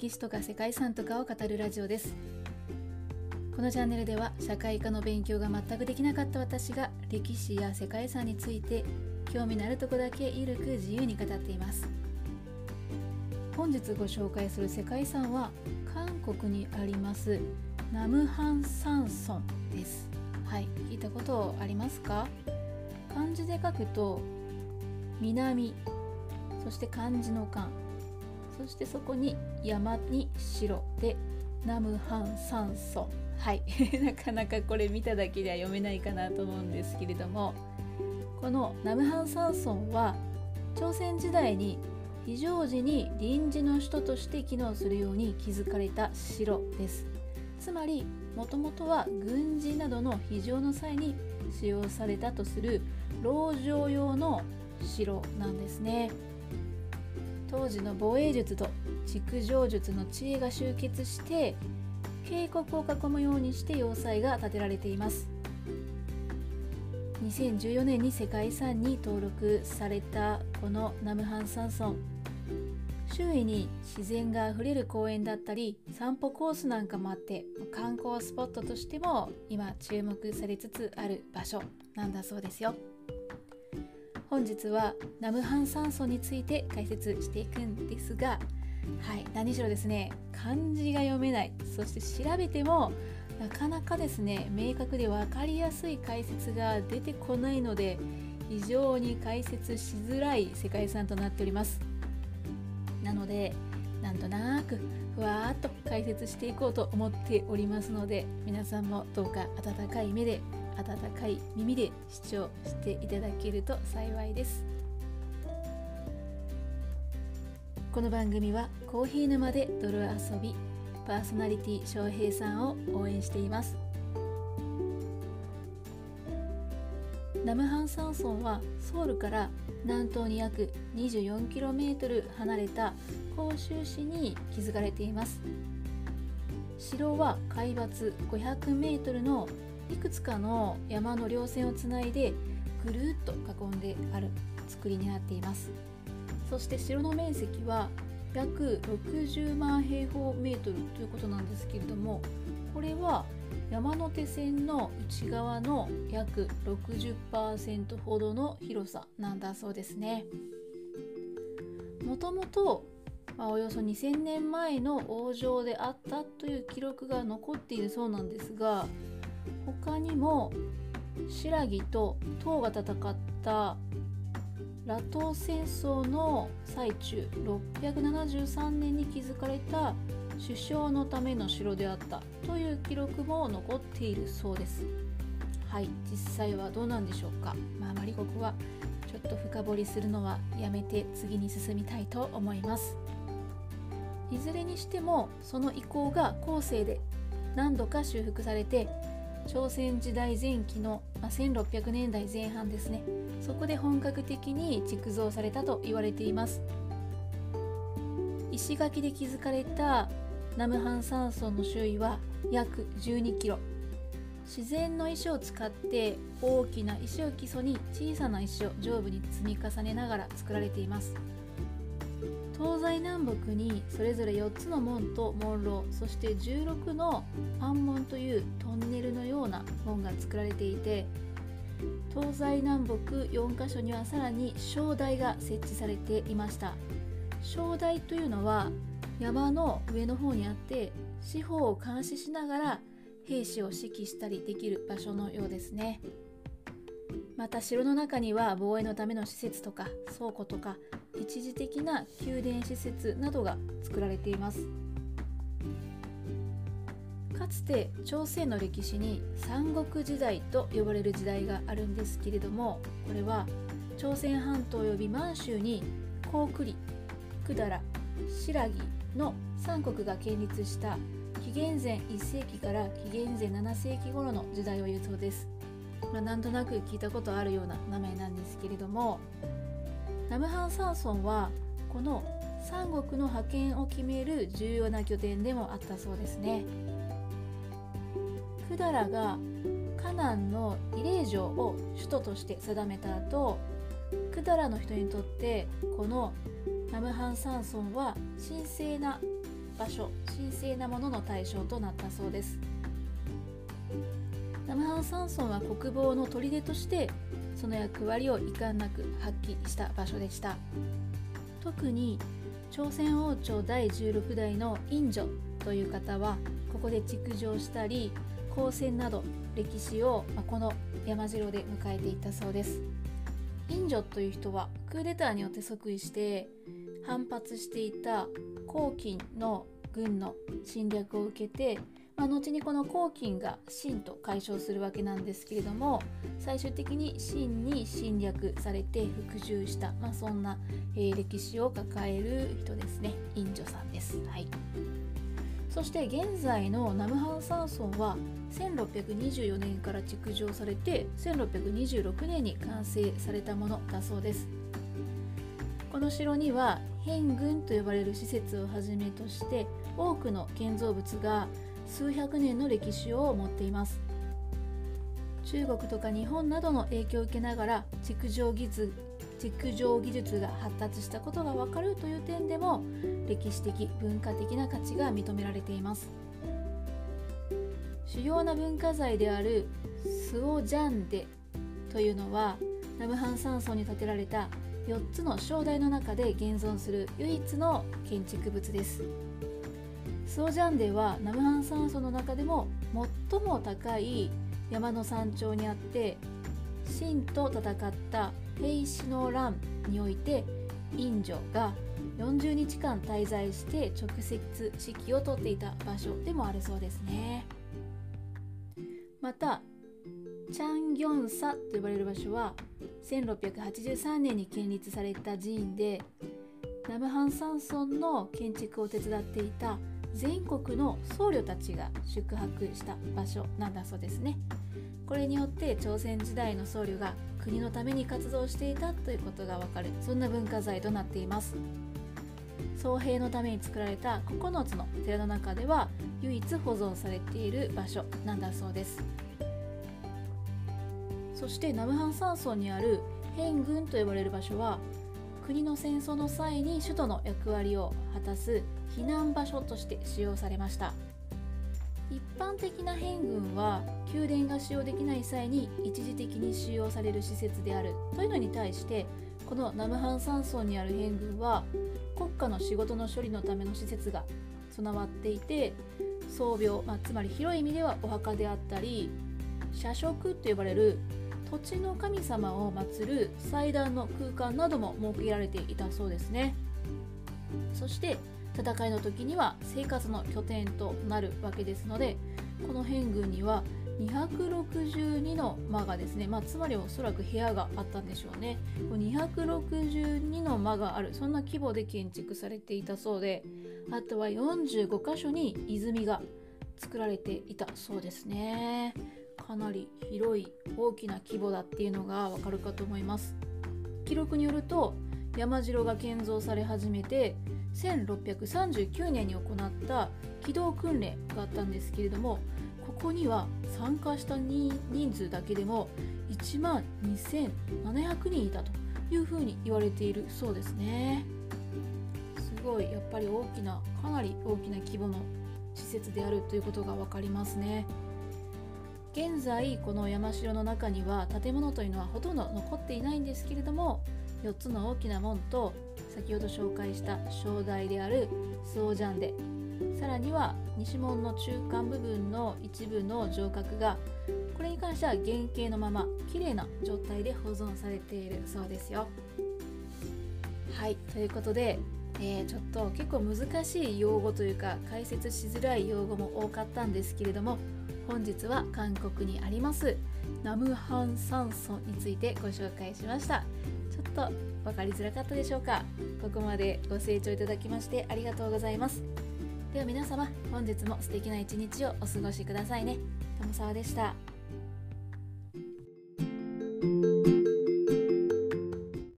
歴史とか世界遺産とかを語るラジオです。このチャンネルでは社会科の勉強が全くできなかった私が歴史や世界遺産について興味のあるとこだけゆるく自由に語っています。本日ご紹介する世界遺産は韓国にありますナムハンサンソンです。はい、聞いたことありますか？漢字で書くと南、そして漢字の漢、そしてそこに山に城でナムハンサンソン。はいなかなかこれ見ただけでは読めないかなと思うんですけれども、このナムハンサンソンは朝鮮時代に非常時に臨時の首都として機能するように築かれた城です。つまりもともとは軍事などの非常の際に使用されたとする籠城用の城なんですね。当時の防衛術と築城術の知恵が集結して渓谷を囲むようにして要塞が建てられています。2014年に世界遺産に登録されたこのナムハンサンソン、周囲に自然があふれる公園だったり散歩コースなんかもあって、観光スポットとしても今注目されつつある場所なんだそうですよ。本日はナムハンサンソンについて解説していくんですが、何しろですね、漢字が読めない、そして調べてもなかなかですね、明確で分かりやすい解説が出てこないので、非常に解説しづらい世界遺産となっております。なので、なんとなくふわーっと解説していこうと思っておりますので、皆さんもどうか温かい目で温かい耳で視聴していただけると幸いです。この番組はコーヒー沼で泥遊び、パーソナリティ翔平さんを応援しています。ナムハンサンソンはソウルから南東に約 24km 離れた広州市に築かれています。城は海抜 500m のいくつかの山の稜線をつないでぐるっと囲んである作りになっています。そして城の面積は約60万平方メートルということなんですけれども、これは山手線の内側の約 60% ほどの広さなんだそうですね。もともとおよそ2000年前の王城であったという記録が残っているそうなんですが、他にも新羅と唐が戦った羅東戦争の最中673年に築かれた首相のための城であったという記録も残っているそうです。実際はどうなんでしょうか。あまりここはちょっと深掘りするのはやめて次に進みたいと思います。いずれにしてもその遺構が後世で何度か修復されて、朝鮮時代前期の1600年代前半ですね、そこで本格的に築造されたと言われています。石垣で築かれたナムハンサンソンの周囲は約12キロ。自然の石を使って大きな石を基礎に小さな石を上部に積み重ねながら作られています。東西南北にそれぞれ4つの門と門廊、そして16の安門というトンネルのような門が作られていて、東西南北4カ所にはさらに小台が設置されていました。小台というのは山の上の方にあって、四方を監視しながら兵士を指揮したりできる場所のようですね。また城の中には防衛のための施設とか倉庫とか一時的な宮殿施設などが作られています。かつて朝鮮の歴史に三国時代と呼ばれる時代があるんですけれども、これは朝鮮半島及び満州に高句麗、百済、新羅の3国が建立した紀元前1世紀から紀元前7世紀頃の時代を言うそうです。なんとなく聞いたことあるような名前なんですけれども、ナムハンサンソンはこの三国の覇権を決める重要な拠点でもあったそうですね。百済が河南の伊令城を首都として定めた後、百済の人にとってこのナムハンサンソンは神聖な場所、神聖なものの対象となったそうです。ナムハンサンソンは国防の砦としてその役割を遺憾なく発揮した場所でした。特に朝鮮王朝第16代のインジョという方はここで築城したり交戦など歴史をこの山城で迎えていったそうです。インジョという人はクーデターによって即位して反発していた黄巾の軍の侵略を受けて、後にこの黄巾が清と解消するわけなんですけれども、最終的に清に侵略されて服従した、そんな、歴史を抱える人ですね。インジョさんです。はい。そして現在のナムハンサンソンは1624年から築城されて1626年に完成されたものだそうです。この城には変軍と呼ばれる施設をはじめとして多くの建造物が数百年の歴史を持っています。中国とか日本などの影響を受けながら築城技術が発達したことがわかるという点でも歴史的文化的な価値が認められています。主要な文化財であるスオジャンデというのはナムハンサンソンに建てられた4つの正代の中で現存する唯一の建築物です。スオジャンデはナムハンサンソンの中でも最も高い山の山頂にあって、清と戦った平氏の乱においてインジョが40日間滞在して直接指揮を執っていた場所でもあるそうですね。またチャンギョンサと呼ばれる場所は1683年に建立された寺院で、ナムハンサンソンの建築を手伝っていた全国の僧侶たちが宿泊した場所なんだそうですね。これによって朝鮮時代の僧侶が国のために活動していたということがわかる、そんな文化財となっています。僧兵のために作られた9つの寺の中では唯一保存されている場所なんだそうです。そしてナムハンサンソンにある変軍と呼ばれる場所は国の戦争の際に首都の役割を果たす避難場所として使用されました。一般的な変軍は宮殿が使用できない際に一時的に使用される施設であるというのに対して、このナムハンサンソンにある変軍は国家の仕事の処理のための施設が備わっていて、宗廟、つまり広い意味ではお墓であったり社食と呼ばれる土地の神様を祀る祭壇の空間なども設けられていたそうですね。そして戦いの時には生活の拠点となるわけですので、この変軍には262の間がですね、つまりおそらく部屋があったんでしょうね。262の間がある、そんな規模で建築されていたそうで、あとは45箇所に泉が作られていたそうですね。かなり広い大きな規模だっていうのがわかるかと思います。記録によると山城が建造され始めて1639年に行った機動訓練があったんですけれども、ここには参加した人数だけでも1万2700人いたというふうに言われているそうですね。すごいやっぱりかなり大きな規模の施設であるということが分かりますね。現在この山城の中には建物というのはほとんど残っていないんですけれども、4つの大きな門と先ほど紹介した正代であるスオジャンデ、さらには西門の中間部分の一部の城郭が、これに関しては原型のまま綺麗な状態で保存されているそうですよ。はい、ということで、ちょっと結構難しい用語というか解説しづらい用語も多かったんですけれども、本日は韓国にありますナムハンサンソンについてご紹介しました。ちょっと分かりづらかったでしょうか。ここまでご清聴いただきましてありがとうございます。では皆様、本日も素敵な一日をお過ごしくださいね。ともさわでした。